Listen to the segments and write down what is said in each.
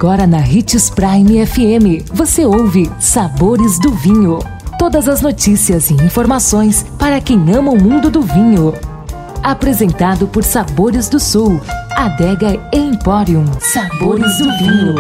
Agora na Hits Prime FM, você ouve Sabores do Vinho. Todas as notícias e informações para quem ama o mundo do vinho. Apresentado por Sabores do Sul, Adega Emporium. Sabores do Vinho.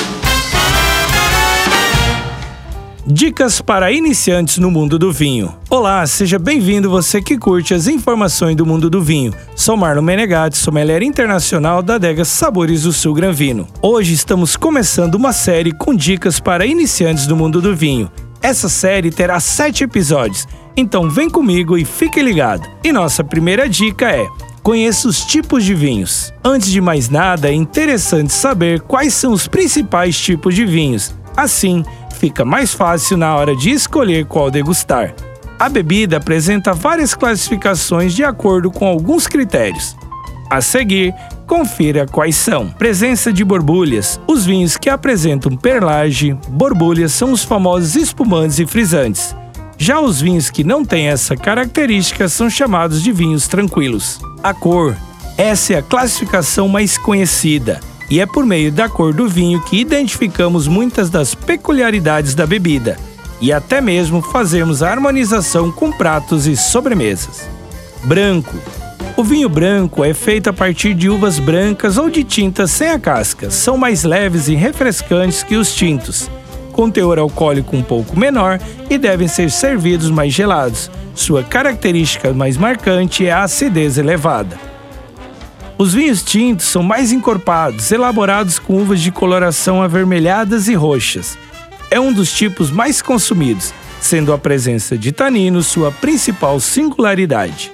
Dicas para iniciantes no mundo do vinho. Olá, seja bem-vindo você que curte as informações do mundo do vinho. Sou Marlon Menegatti, sommelier internacional da adega Sabores do Sul Granvino. Hoje estamos começando uma série com dicas para iniciantes do mundo do vinho. Essa série terá 7 episódios, então vem comigo e fique ligado. E nossa primeira dica é: conheça os tipos de vinhos. Antes de mais nada, é interessante saber quais são os principais tipos de vinhos. Assim, fica mais fácil na hora de escolher qual degustar. A bebida apresenta várias classificações de acordo com alguns critérios. A seguir, confira quais são. Presença de borbulhas. Os vinhos que apresentam perlage, borbulhas são os famosos espumantes e frisantes. Já os vinhos que não têm essa característica são chamados de vinhos tranquilos. A cor. Essa é a classificação mais conhecida. E é por meio da cor do vinho que identificamos muitas das peculiaridades da bebida e até mesmo fazemos a harmonização com pratos e sobremesas. Branco. O vinho branco é feito a partir de uvas brancas ou de tintas sem a casca. São mais leves e refrescantes que os tintos, com teor alcoólico um pouco menor e devem ser servidos mais gelados. Sua característica mais marcante é a acidez elevada. Os vinhos tintos são mais encorpados, elaborados com uvas de coloração avermelhadas e roxas. É um dos tipos mais consumidos, sendo a presença de taninos sua principal singularidade.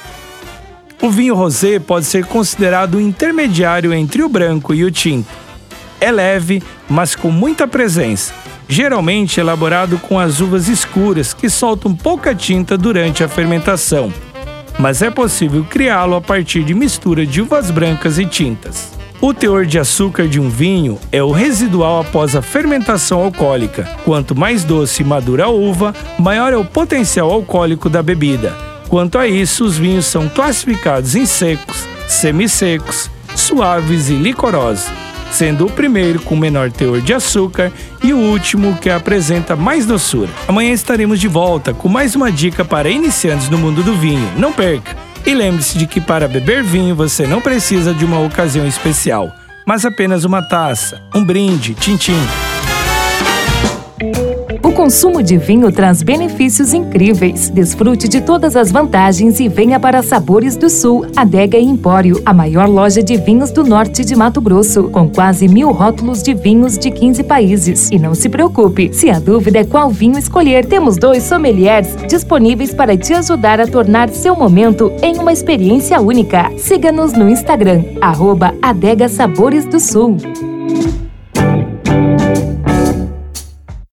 O vinho rosé pode ser considerado um intermediário entre o branco e o tinto. É leve, mas com muita presença, geralmente elaborado com as uvas escuras que soltam pouca tinta durante a fermentação. Mas é possível criá-lo a partir de mistura de uvas brancas e tintas. O teor de açúcar de um vinho é o residual após a fermentação alcoólica. Quanto mais doce e madura a uva, maior é o potencial alcoólico da bebida. Quanto a isso, os vinhos são classificados em secos, semissecos, suaves e licorosos, sendo o primeiro com menor teor de açúcar e o último que apresenta mais doçura. Amanhã estaremos de volta com mais uma dica para iniciantes no mundo do vinho. Não perca! E lembre-se de que para beber vinho você não precisa de uma ocasião especial, mas apenas uma taça, um brinde, tchim-tchim. O consumo de vinho traz benefícios incríveis. Desfrute de todas as vantagens e venha para Sabores do Sul, Adega Empório, a maior loja de vinhos do norte de Mato Grosso, com quase 1000 rótulos de vinhos de 15 países. E não se preocupe, se a dúvida é qual vinho escolher, temos 2 sommeliers disponíveis para te ajudar a tornar seu momento em uma experiência única. Siga-nos no Instagram, @Adega Sabores do Sul.